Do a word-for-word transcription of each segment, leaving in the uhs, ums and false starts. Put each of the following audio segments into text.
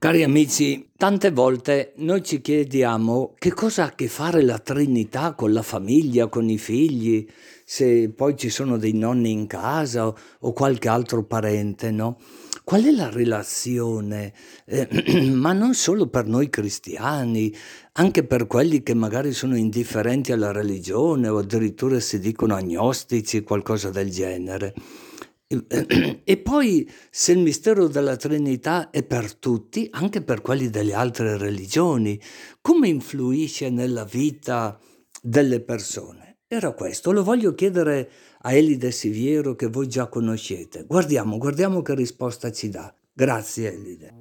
Cari amici, tante volte noi ci chiediamo che cosa ha a che fare la Trinità con la famiglia, con i figli, se poi ci sono dei nonni in casa o, o qualche altro parente, no? Qual è la relazione? Eh, ma non solo per noi cristiani, anche per quelli che magari sono indifferenti alla religione o addirittura si dicono agnostici, qualcosa del genere. E poi, se il mistero della Trinità è per tutti, anche per quelli delle altre religioni, come influisce nella vita delle persone? Era questo, lo voglio chiedere a Elide Siviero che voi già conoscete. Guardiamo, guardiamo che risposta ci dà. Grazie Elide.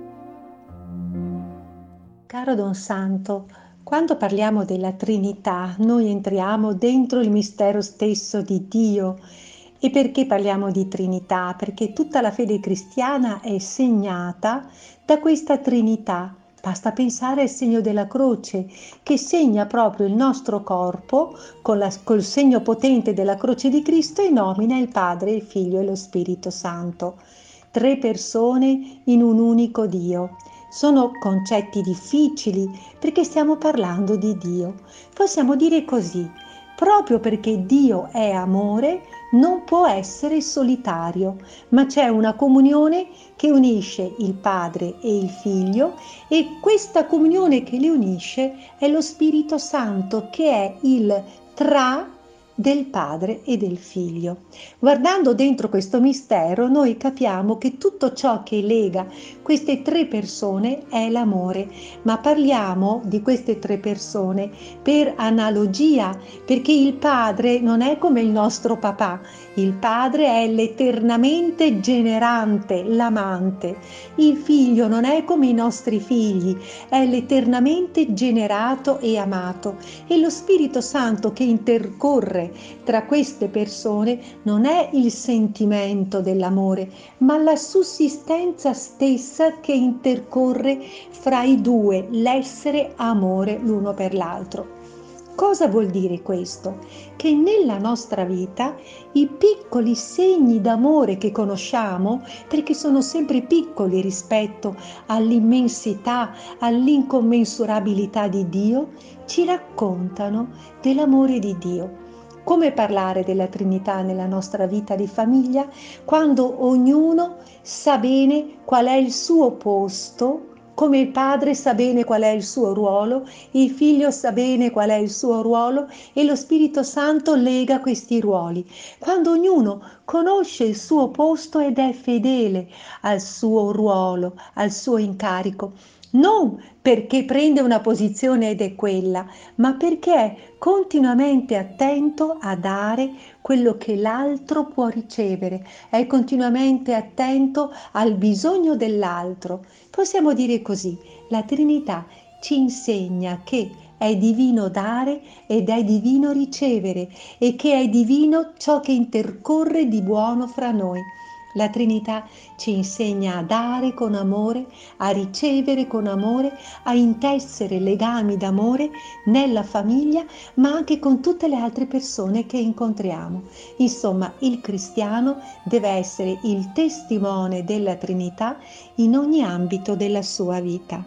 Caro Don Santo, quando parliamo della Trinità, noi entriamo dentro il mistero stesso di Dio. E perché parliamo di Trinità? Perché tutta la fede cristiana è segnata da questa Trinità. Basta pensare al segno della croce, che segna proprio il nostro corpo con la, col segno potente della croce di Cristo e nomina il Padre, il Figlio e lo Spirito Santo. Tre persone in un unico Dio. Sono concetti difficili perché stiamo parlando di Dio. Possiamo dire così, proprio perché Dio è amore, non può essere solitario, ma c'è una comunione che unisce il Padre e il Figlio e questa comunione che li unisce è lo Spirito Santo che è il tra del Padre e del Figlio. Guardando dentro questo mistero noi capiamo che tutto ciò che lega queste tre persone è l'amore, ma parliamo di queste tre persone per analogia, perché il Padre non è come il nostro papà, il Padre è l'eternamente generante, l'amante, il Figlio non è come i nostri figli, è l'eternamente generato e amato e lo Spirito Santo che intercorre tra queste persone non è il sentimento dell'amore, ma la sussistenza stessa che intercorre fra i due, l'essere amore l'uno per l'altro. Cosa vuol dire questo? Che nella nostra vita i piccoli segni d'amore che conosciamo, perché sono sempre piccoli rispetto all'immensità, all'incommensurabilità di Dio, ci raccontano dell'amore di Dio. Come parlare della Trinità nella nostra vita di famiglia? Quando ognuno sa bene qual è il suo posto, come il padre sa bene qual è il suo ruolo, il figlio sa bene qual è il suo ruolo e lo Spirito Santo lega questi ruoli. Quando ognuno conosce il suo posto ed è fedele al suo ruolo, al suo incarico, non perché prende una posizione ed è quella, ma perché è continuamente attento a dare quello che l'altro può ricevere, è continuamente attento al bisogno dell'altro. Possiamo dire così, la Trinità ci insegna che è divino dare ed è divino ricevere e che è divino ciò che intercorre di buono fra noi. La Trinità ci insegna a dare con amore, a ricevere con amore, a intessere legami d'amore nella famiglia, ma anche con tutte le altre persone che incontriamo. Insomma, il cristiano deve essere il testimone della Trinità in ogni ambito della sua vita.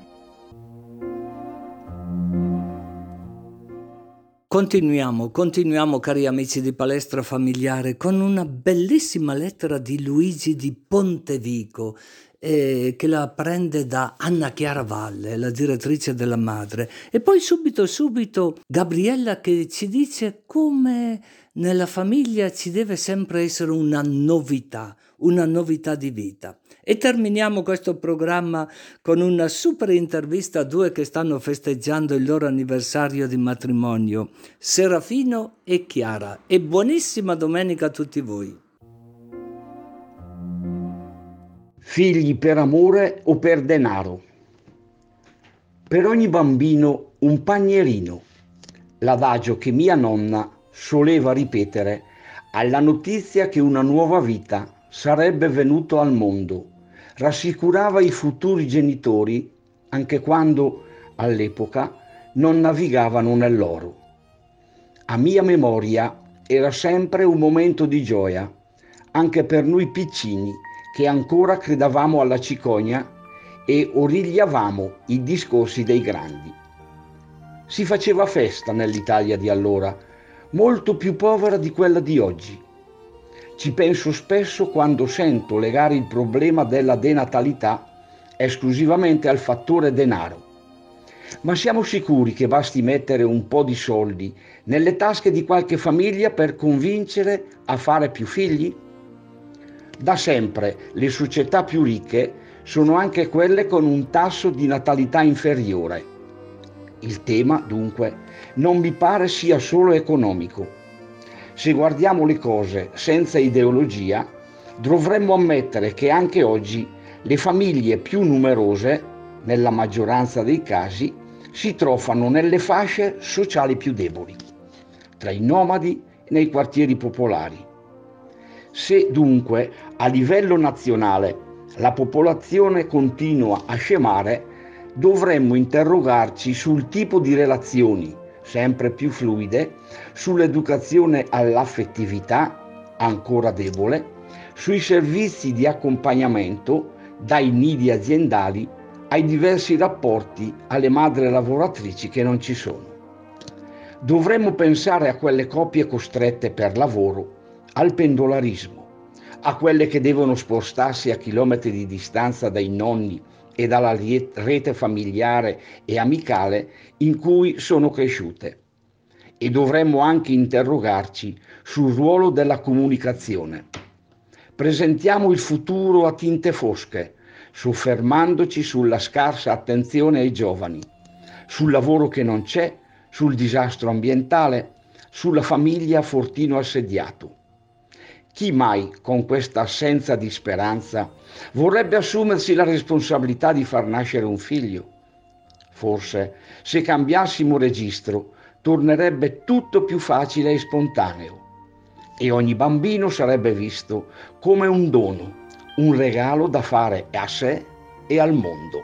Continuiamo, continuiamo cari amici di Palestra Familiare con una bellissima lettera di Luigi di Pontevico eh, che la prende da Anna Chiara Valle, la direttrice della Madre, e poi subito subito Gabriella che ci dice come nella famiglia ci deve sempre essere una novità, una novità di vita. E terminiamo questo programma con una super intervista a due che stanno festeggiando il loro anniversario di matrimonio, Serafino e Chiara. E buonissima domenica a tutti voi. Figli per amore o per denaro? Per ogni bambino un panierino. L'adagio che mia nonna soleva ripetere alla notizia che una nuova vita sarebbe venuto al mondo. Rassicurava i futuri genitori anche quando all'epoca non navigavano nell'oro. A mia memoria era sempre un momento di gioia, anche per noi piccini che ancora credevamo alla cicogna e origliavamo i discorsi dei grandi. Si faceva festa nell'Italia di allora, molto più povera di quella di oggi. Ci penso spesso quando sento legare il problema della denatalità esclusivamente al fattore denaro. Ma siamo sicuri che basti mettere un po' di soldi nelle tasche di qualche famiglia per convincere a fare più figli? Da sempre le società più ricche sono anche quelle con un tasso di natalità inferiore. Il tema, dunque, non mi pare sia solo economico. Se guardiamo le cose senza ideologia, dovremmo ammettere che anche oggi le famiglie più numerose, nella maggioranza dei casi, si trovano nelle fasce sociali più deboli, tra i nomadi e nei quartieri popolari. Se dunque a livello nazionale la popolazione continua a scemare, dovremmo interrogarci sul tipo di relazioni sempre più fluide, sull'educazione all'affettività ancora debole, sui servizi di accompagnamento dai nidi aziendali ai diversi rapporti alle madri lavoratrici che non ci sono. Dovremmo pensare a quelle coppie costrette per lavoro al pendolarismo, a quelle che devono spostarsi a chilometri di distanza dai nonni e dalla rete familiare e amicale in cui sono cresciute. E dovremmo anche interrogarci sul ruolo della comunicazione. Presentiamo il futuro a tinte fosche, soffermandoci sulla scarsa attenzione ai giovani, sul lavoro che non c'è, sul disastro ambientale, sulla famiglia a fortino assediato. Chi mai, con questa assenza di speranza, vorrebbe assumersi la responsabilità di far nascere un figlio? Forse, se cambiassimo registro, tornerebbe tutto più facile e spontaneo, e ogni bambino sarebbe visto come un dono, un regalo da fare a sé e al mondo.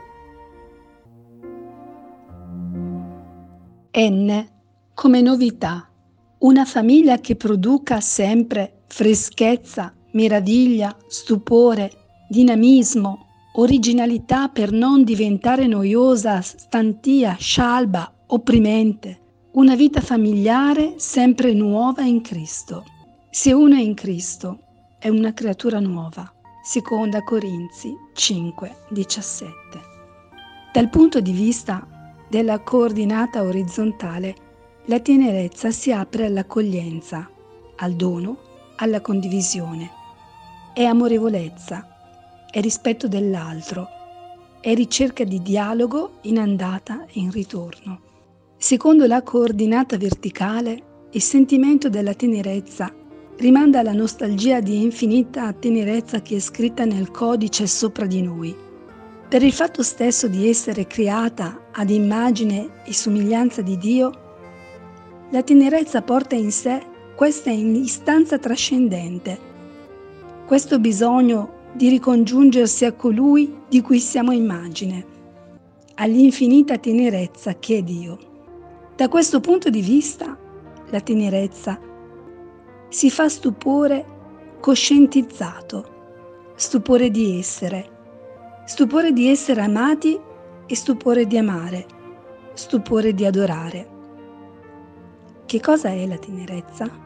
N come novità, una famiglia che produca sempre freschezza, meraviglia, stupore, dinamismo, originalità per non diventare noiosa, stantia, scialba, opprimente. Una vita familiare sempre nuova in Cristo. Se uno è in Cristo, è una creatura nuova. Seconda Corinzi cinque diciassette. Dal punto di vista della coordinata orizzontale, la tenerezza si apre all'accoglienza, al dono, alla condivisione. È amorevolezza, è rispetto dell'altro, è ricerca di dialogo in andata e in ritorno. Secondo la coordinata verticale, il sentimento della tenerezza rimanda alla nostalgia di infinita tenerezza che è scritta nel codice sopra di noi. Per il fatto stesso di essere creata ad immagine e somiglianza di Dio, la tenerezza porta in sé questa istanza trascendente, questo bisogno di ricongiungersi a colui di cui siamo immagine, all'infinita tenerezza che è Dio. Da questo punto di vista, la tenerezza si fa stupore coscientizzato, stupore di essere, stupore di essere amati e stupore di amare, stupore di adorare. Che cosa è la tenerezza?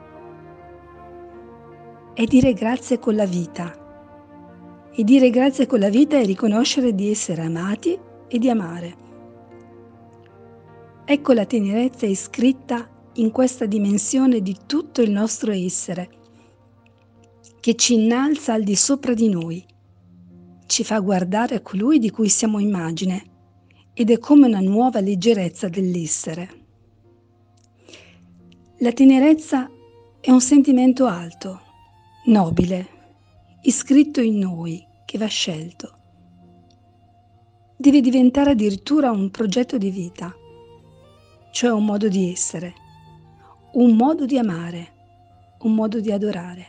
È dire grazie con la vita. E dire grazie con la vita è riconoscere di essere amati e di amare. Ecco, la tenerezza è iscritta in questa dimensione di tutto il nostro essere, che ci innalza al di sopra di noi, ci fa guardare a colui di cui siamo immagine ed è come una nuova leggerezza dell'essere. La tenerezza è un sentimento alto, nobile, iscritto in noi, che va scelto. Deve diventare addirittura un progetto di vita, cioè un modo di essere, un modo di amare, un modo di adorare.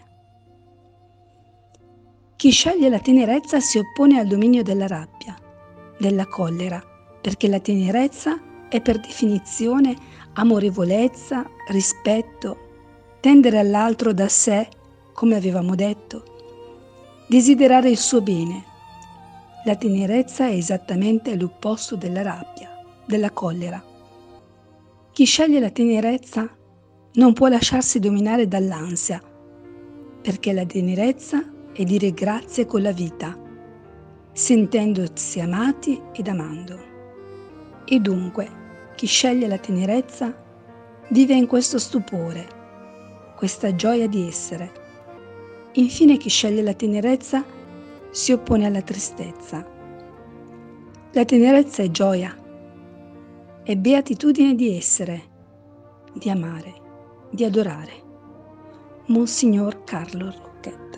Chi sceglie la tenerezza si oppone al dominio della rabbia, della collera, perché la tenerezza è per definizione amorevolezza, rispetto, tendere all'altro da sé, come avevamo detto, desiderare il suo bene. La tenerezza è esattamente l'opposto della rabbia, della collera. Chi sceglie la tenerezza non può lasciarsi dominare dall'ansia, perché la tenerezza è dire grazie con la vita, sentendosi amati ed amando. E dunque, chi sceglie la tenerezza vive in questo stupore, questa gioia di essere. Infine, chi sceglie la tenerezza si oppone alla tristezza. La tenerezza è gioia, è beatitudine di essere, di amare, di adorare. Monsignor Carlo Rocchetta.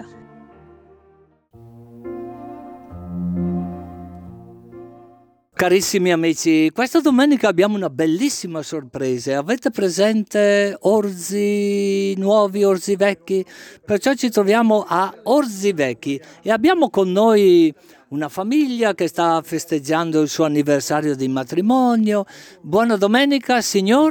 Carissimi amici, questa domenica abbiamo una bellissima sorpresa. Avete presente Orzi nuovi, Orzi vecchi? Perciò ci troviamo a Orzi Vecchi e abbiamo con noi una famiglia che sta festeggiando il suo anniversario di matrimonio. Buona domenica, signor?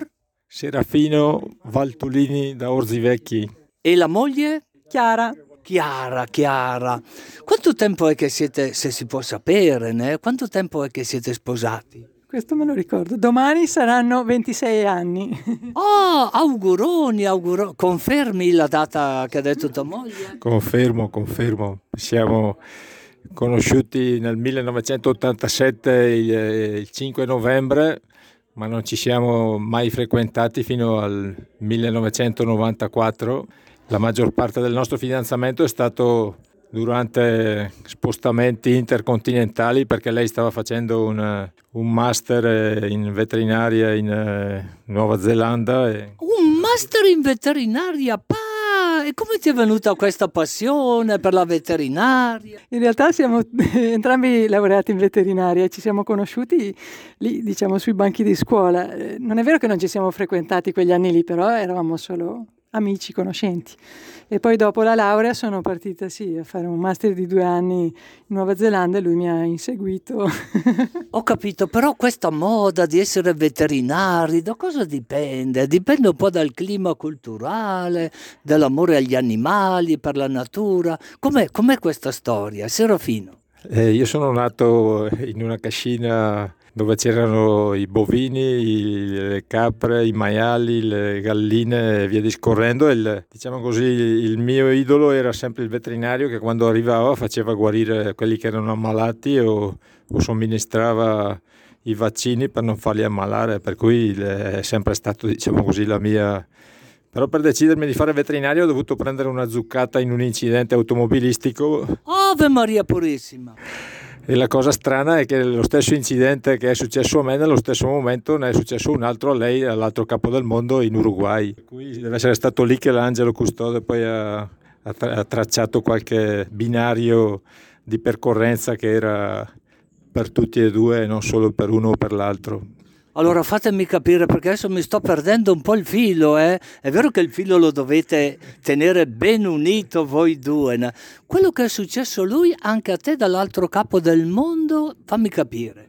Serafino Valtulini da Orzi Vecchi. E la moglie? Chiara. Chiara, Chiara. Quanto tempo è che siete, se si può sapere, né? Quanto tempo è che siete sposati? Questo me lo ricordo. Domani saranno ventisei anni. Oh, auguroni, auguroni. Confermi la data che ha detto tua moglie? Confermo, confermo. Siamo conosciuti nel millenovecentottantasette il, il cinque novembre, ma non ci siamo mai frequentati fino al millenovecentonovantaquattro. La maggior parte del nostro fidanzamento è stato durante spostamenti intercontinentali, perché lei stava facendo un, un master in veterinaria in eh, Nuova Zelanda. E... Un master in veterinaria? Pa! E come ti è venuta questa passione per la veterinaria? In realtà siamo entrambi laureati in veterinaria e ci siamo conosciuti lì, diciamo, sui banchi di scuola. Non è vero che non ci siamo frequentati quegli anni lì, però eravamo solo amici, conoscenti. E poi dopo la laurea sono partita sì a fare un master di due anni in Nuova Zelanda e lui mi ha inseguito. Ho capito, però questa moda di essere veterinari, da cosa dipende? Dipende un po' dal clima culturale, dall'amore agli animali, per la natura. Com'è, com'è questa storia, Serafino? Eh, io sono nato in una cascina dove c'erano i bovini, i, le capre, i maiali, le galline e via discorrendo. Il, diciamo così, il mio idolo era sempre il veterinario che quando arrivava faceva guarire quelli che erano ammalati o, o somministrava i vaccini per non farli ammalare, per cui è sempre stato, diciamo così, la mia... Però per decidermi di fare veterinario ho dovuto prendere una zuccata in un incidente automobilistico. Ave Maria Purissima! E la cosa strana è che lo stesso incidente che è successo a me, nello stesso momento ne è successo un altro a lei, all'altro capo del mondo, in Uruguay. Per cui deve essere stato lì che l'angelo custode poi ha, ha, tra- ha tracciato qualche binario di percorrenza che era per tutti e due e non solo per uno o per l'altro. Allora fatemi capire, perché adesso mi sto perdendo un po' il filo, eh? È vero che il filo lo dovete tenere ben unito voi due, né? Quello che è successo a lui, anche a te dall'altro capo del mondo, fammi capire.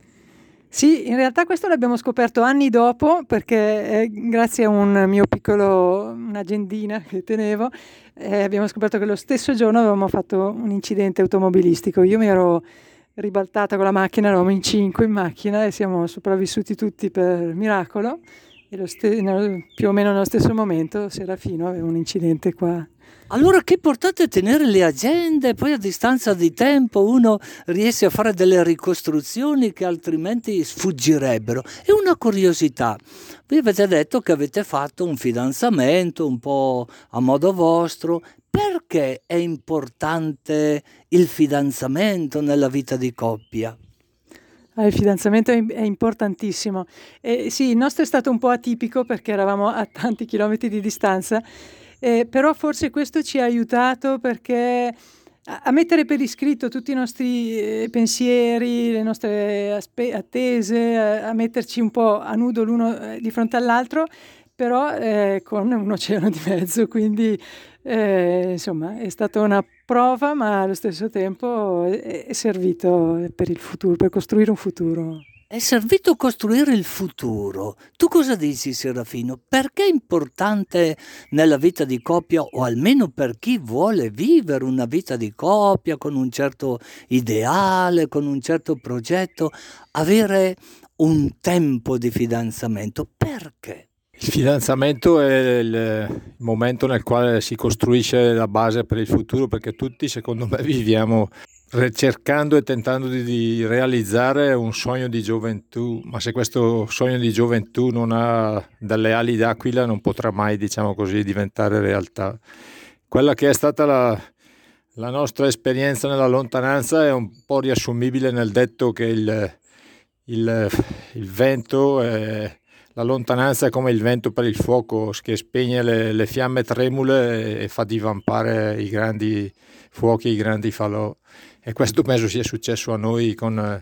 Sì, in realtà questo l'abbiamo scoperto anni dopo, perché eh, grazie a un mio piccolo, un'agendina che tenevo, eh, abbiamo scoperto che lo stesso giorno avevamo fatto un incidente automobilistico. Io mi ero ribaltata con la macchina, eravamo in cinque in macchina e siamo sopravvissuti tutti per miracolo e lo ste- nello, più o meno nello stesso momento Serafino aveva un incidente qua. Allora che portate a tenere le agende, poi a distanza di tempo uno riesce a fare delle ricostruzioni che altrimenti sfuggirebbero. E una curiosità, vi avete detto che avete fatto un fidanzamento un po' a modo vostro. Perché è importante il fidanzamento nella vita di coppia? Ah, il fidanzamento è, è importantissimo. E sì, il nostro è stato un po' atipico perché eravamo a tanti chilometri di distanza, eh, però forse questo ci ha aiutato perché a, a mettere per iscritto tutti i nostri eh, pensieri, le nostre aspe- attese, a, a metterci un po' a nudo l'uno eh, di fronte all'altro, però eh, con un oceano di mezzo, quindi eh, insomma è stata una prova, ma allo stesso tempo è, è servito per il futuro, per costruire un futuro. È servito a costruire il futuro. Tu cosa dici, Serafino? Perché è importante nella vita di coppia, o almeno per chi vuole vivere una vita di coppia con un certo ideale, con un certo progetto, avere un tempo di fidanzamento? Perché? Il fidanzamento è il momento nel quale si costruisce la base per il futuro, perché tutti, secondo me, viviamo cercando e tentando di, di realizzare un sogno di gioventù, ma se questo sogno di gioventù non ha delle ali d'aquila non potrà mai, diciamo così, diventare realtà. Quella che è stata la, la nostra esperienza nella lontananza è un po' riassumibile nel detto che il, il, il vento è, la lontananza è come il vento per il fuoco, che spegne le, le fiamme tremule e fa divampare i grandi fuochi, i grandi falò. E questo penso sia successo a noi con eh,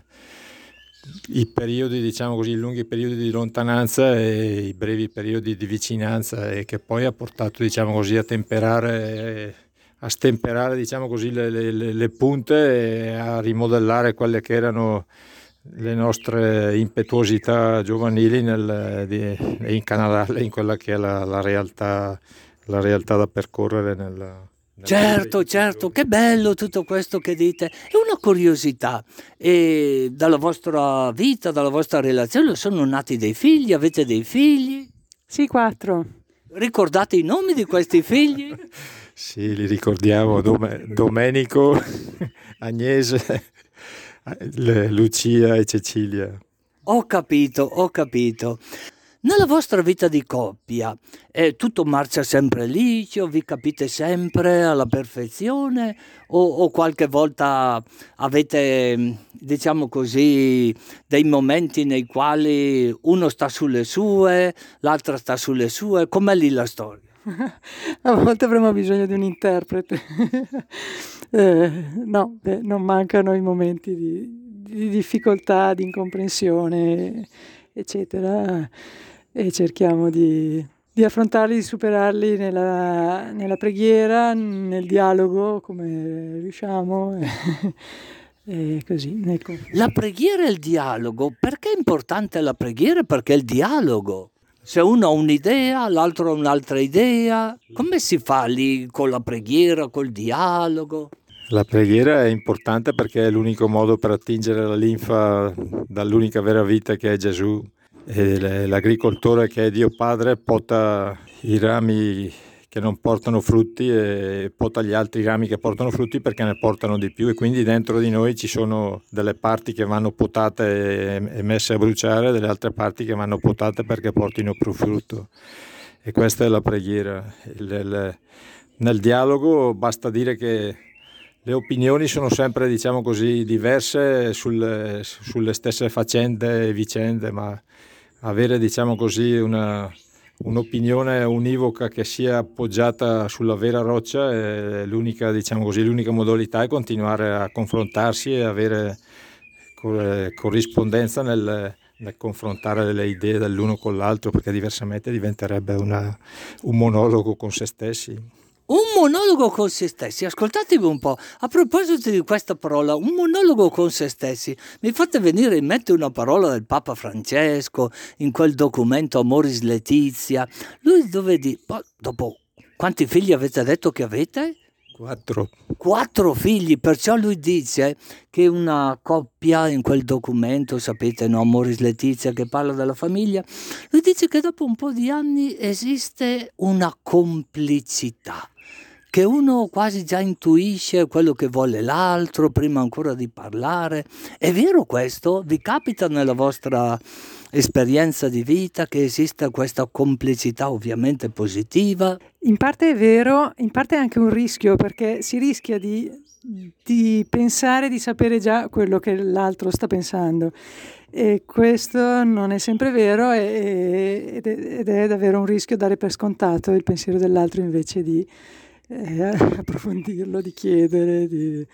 i periodi, diciamo così, i lunghi periodi di lontananza e i brevi periodi di vicinanza, e che poi ha portato, diciamo così, a temperare, a stemperare, diciamo così, le, le, le punte e a rimodellare quelle che erano le nostre impetuosità giovanili nel, di, e incanalarle in quella che è la, la realtà, la realtà da percorrere nel Certo, certo, che bello tutto questo che dite. E una curiosità, e dalla vostra vita, dalla vostra relazione, sono nati dei figli? Avete dei figli? Sì, quattro. Ricordate i nomi di questi figli? Sì, li ricordiamo: Dom- Domenico, Agnese, Lucia e Cecilia. Ho capito, ho capito. Nella vostra vita di coppia eh, tutto marcia sempre liscio, vi capite sempre alla perfezione, o, o qualche volta avete, diciamo così, dei momenti nei quali uno sta sulle sue, l'altra sta sulle sue? Com'è lì la storia? A volte avremo bisogno di un interprete. eh, no, beh, non mancano i momenti di, di difficoltà, di incomprensione, eccetera. E cerchiamo di, di affrontarli, di superarli nella, nella preghiera, nel dialogo, come riusciamo, e, e così. Nel La preghiera e il dialogo, perché è importante la preghiera? Perché il dialogo. Se uno ha un'idea, l'altro ha un'altra idea, come si fa lì con la preghiera, col dialogo? La preghiera è importante perché è l'unico modo per attingere la linfa dall'unica vera vita che è Gesù. E l'agricoltore che è Dio Padre pota i rami che non portano frutti e pota gli altri rami che portano frutti perché ne portano di più, e quindi dentro di noi ci sono delle parti che vanno potate e messe a bruciare, delle altre parti che vanno potate perché portino più frutto, e questa è la preghiera. Il, il, nel dialogo basta dire che le opinioni sono sempre, diciamo così, diverse sulle, sulle stesse faccende e vicende, ma avere, diciamo così, una, un'opinione univoca che sia appoggiata sulla vera roccia è l'unica, diciamo così, l'unica modalità, è continuare a confrontarsi e avere corrispondenza nel, nel confrontare le idee dell'uno con l'altro, perché diversamente diventerebbe una, un monologo con se stessi. Un monologo con se stessi, ascoltatevi un po', a proposito di questa parola, un monologo con se stessi, mi fate venire in mente una parola del Papa Francesco, in quel documento Amoris Laetitia, lui dove di... dopo, quanti figli avete detto che avete? Quattro. Quattro figli, perciò lui dice che una coppia, in quel documento, sapete, no, Amoris Laetitia, che parla della famiglia, lui dice che dopo un po' di anni esiste una complicità, che uno quasi già intuisce quello che vuole l'altro prima ancora di parlare. È vero questo? Vi capita nella vostra esperienza di vita che esista questa complicità, ovviamente positiva? In parte è vero, in parte è anche un rischio, perché si rischia di, di pensare di sapere già quello che l'altro sta pensando, e questo non è sempre vero, e, ed, è, ed è davvero un rischio dare per scontato il pensiero dell'altro invece di eh, approfondirlo, di chiedere, di,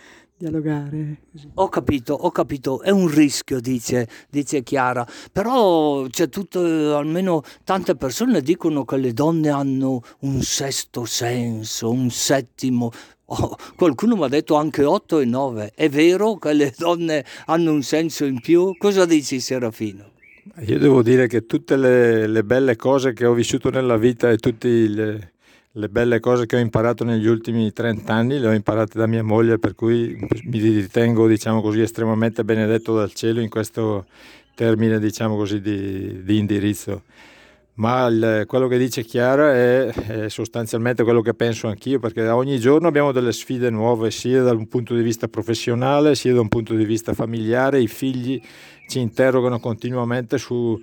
dialogare. Così. Ho capito, ho capito, è un rischio, dice, dice Chiara, però c'è tutto, almeno tante persone dicono che le donne hanno un sesto senso, un settimo, oh, qualcuno mi ha detto anche otto e nove, è vero che le donne hanno un senso in più? Cosa dici, Serafino? Io devo dire che tutte le, le belle cose che ho vissuto nella vita e tutte le, le belle cose che ho imparato negli ultimi trenta anni le ho imparate da mia moglie, per cui mi ritengo, diciamo così, estremamente benedetto dal cielo in questo termine, diciamo così, di, di indirizzo. Ma il, quello che dice Chiara è, è sostanzialmente quello che penso anch'io, perché ogni giorno abbiamo delle sfide nuove, sia da un punto di vista professionale, sia da un punto di vista familiare. I figli ci interrogano continuamente su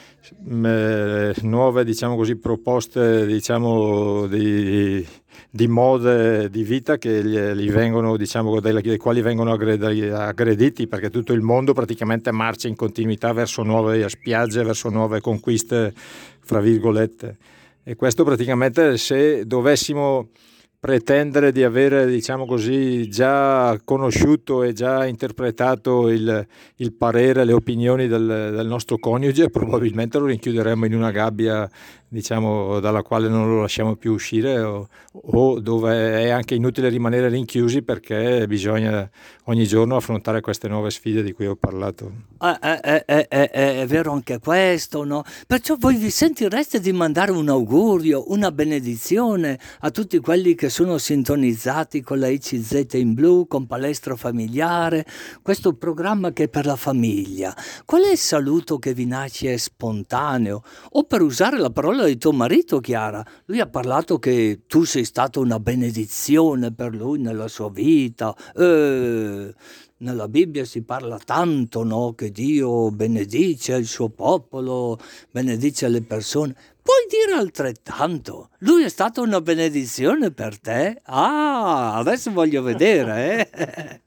eh, nuove, diciamo così, proposte, diciamo, di, di mode di vita che gli, gli vengono, diciamo, dai, dai quali vengono aggrediti, perché tutto il mondo praticamente marcia in continuità verso nuove spiagge, verso nuove conquiste, fra virgolette. E questo praticamente, se dovessimo pretendere di avere, diciamo così, già conosciuto e già interpretato il, il parere, le opinioni del, del nostro coniuge, probabilmente lo rinchiuderemmo in una gabbia, diciamo, dalla quale non lo lasciamo più uscire, o, o dove è anche inutile rimanere rinchiusi, perché bisogna ogni giorno affrontare queste nuove sfide di cui ho parlato. Eh, eh, eh, eh, eh, è vero anche questo, no? Perciò voi vi sentireste di mandare un augurio, una benedizione a tutti quelli che sono sintonizzati con la I C Z in blu, con Palestra Familiare, questo programma che è per la famiglia. Qual è il saluto che vi nasce spontaneo? O, per usare la parola di tuo marito, Chiara, lui ha parlato che tu sei stata una benedizione per lui nella sua vita. Eh, nella Bibbia si parla tanto, no? Che Dio benedice il suo popolo, benedice le persone. Puoi dire altrettanto? Lui è stato una benedizione per te? Ah, adesso voglio vedere, eh?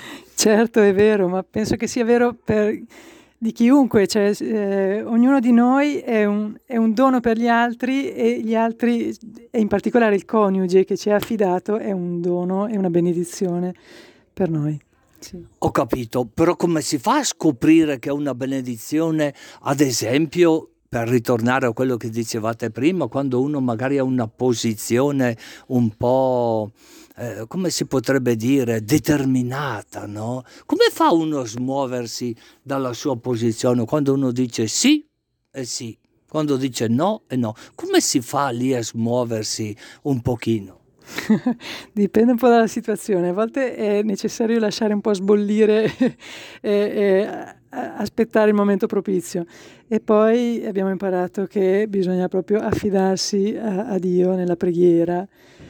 Certo, è vero, ma penso che sia vero per di chiunque, cioè eh, ognuno di noi è un, è un dono per gli altri, e gli altri, e in particolare il coniuge che ci ha affidato, è un dono, è una benedizione per noi. Sì. Ho capito, però come si fa a scoprire che è una benedizione, ad esempio, per ritornare a quello che dicevate prima, quando uno magari ha una posizione un po', eh, come si potrebbe dire, determinata, no? Come fa uno a smuoversi dalla sua posizione quando uno dice sì e sì, quando dice no e no? Come si fa lì a smuoversi un pochino? Dipende un po' dalla situazione, a volte è necessario lasciare un po' sbollire e, e aspettare il momento propizio, e poi abbiamo imparato che bisogna proprio affidarsi a, a Dio nella preghiera,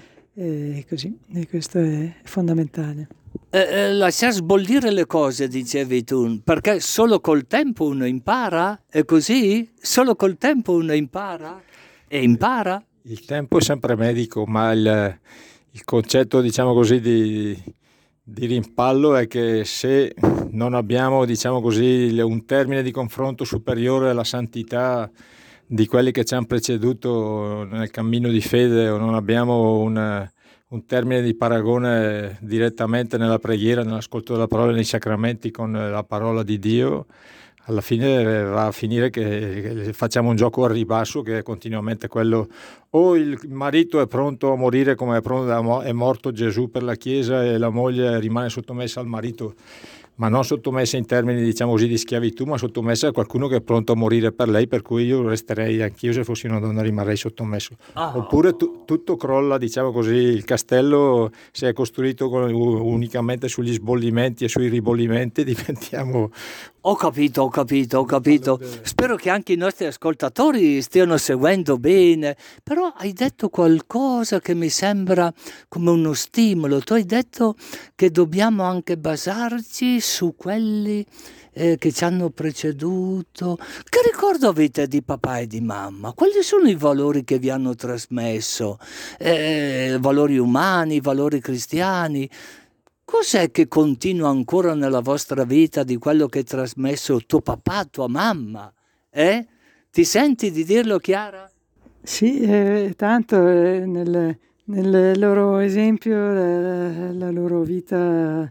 e così, e questo è fondamentale. Eh, eh, lasciar sbollire le cose, dicevi tu, perché solo col tempo uno impara? È così? Solo col tempo uno impara? E impara? Il tempo è sempre medico, ma il, il concetto, diciamo così, di, di rimpallo è che se non abbiamo, diciamo così, un termine di confronto superiore alla santità di quelli che ci hanno preceduto nel cammino di fede, o non abbiamo un, un termine di paragone direttamente nella preghiera, nell'ascolto della parola, nei sacramenti con la parola di Dio, alla fine va a finire che facciamo un gioco al ribasso, che è continuamente quello: o il marito è pronto a morire come è, pronto, è morto Gesù per la Chiesa, e la moglie rimane sottomessa al marito, ma non sottomessa in termini, diciamo così, di schiavitù, ma sottomessa a qualcuno che è pronto a morire per lei, per cui io resterei anch'io, se fossi una donna rimarrei sottomesso. Oh. Oppure tu, tutto crolla, diciamo così, il castello, se è costruito con, unicamente sugli sbollimenti e sui ribollimenti, diventiamo... Ho capito, ho capito, ho capito. Spero che anche i nostri ascoltatori stiano seguendo bene, però hai detto qualcosa che mi sembra come uno stimolo. Tu hai detto che dobbiamo anche basarci su quelli eh, che ci hanno preceduto. Che ricordo avete di papà e di mamma? Quali sono i valori che vi hanno trasmesso? Eh, valori umani, valori cristiani? Cos'è che continua ancora nella vostra vita di quello che ha trasmesso tuo papà, tua mamma? Eh? Ti senti di dirlo, Chiara? Sì, eh, tanto eh, nel, nel loro esempio, la, la loro vita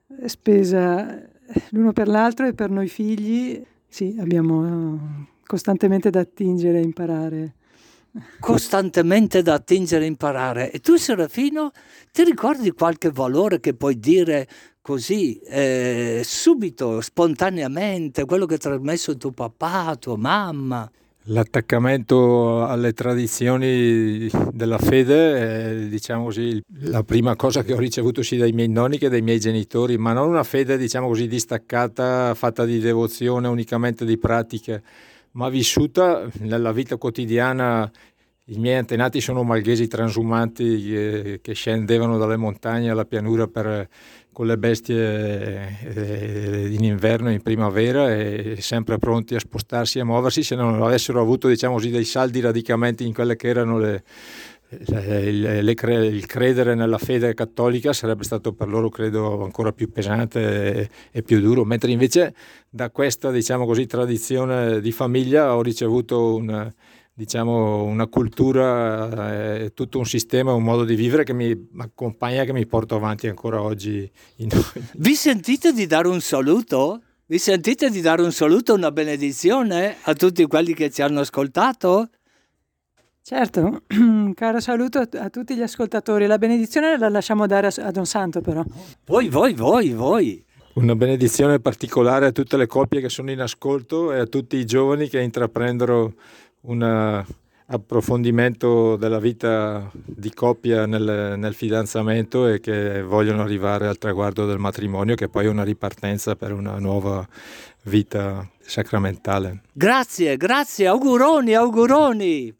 spesa l'uno per l'altro e per noi figli. Sì, abbiamo costantemente da attingere e imparare. Costantemente da attingere e imparare. E tu, Serafino, ti ricordi qualche valore che puoi dire così, eh, subito, spontaneamente, quello che ha trasmesso tuo papà, tua mamma? L'attaccamento alle tradizioni della fede è, diciamo così, la prima cosa che ho ricevuto sia dai miei nonni che dai miei genitori, ma non una fede, diciamo così, distaccata, fatta di devozione, unicamente di pratiche, ma vissuta nella vita quotidiana. I miei antenati sono malghesi transumanti che, che scendevano dalle montagne alla pianura per, con le bestie eh, in inverno e in primavera, e sempre pronti a spostarsi e a muoversi. Se non avessero avuto, diciamo così, dei saldi radicamenti in quelle che erano le, le, le, le cre- il credere nella fede cattolica, sarebbe stato per loro, credo, ancora più pesante e, e più duro. Mentre invece da questa, diciamo così, tradizione di famiglia ho ricevuto un... diciamo una cultura, eh, tutto un sistema, un modo di vivere che mi accompagna, che mi porto avanti ancora oggi. In... Vi sentite di dare un saluto? Vi sentite di dare un saluto, una benedizione a tutti quelli che ci hanno ascoltato? Certo, un caro saluto a, a tutti gli ascoltatori. La benedizione la lasciamo dare a, a Don Santo, però. Voi, voi, voi, voi. Una benedizione particolare a tutte le coppie che sono in ascolto e a tutti i giovani che intraprendono un approfondimento della vita di coppia nel, nel fidanzamento e che vogliono arrivare al traguardo del matrimonio, che poi è una ripartenza per una nuova vita sacramentale. Grazie, grazie, auguroni, auguroni.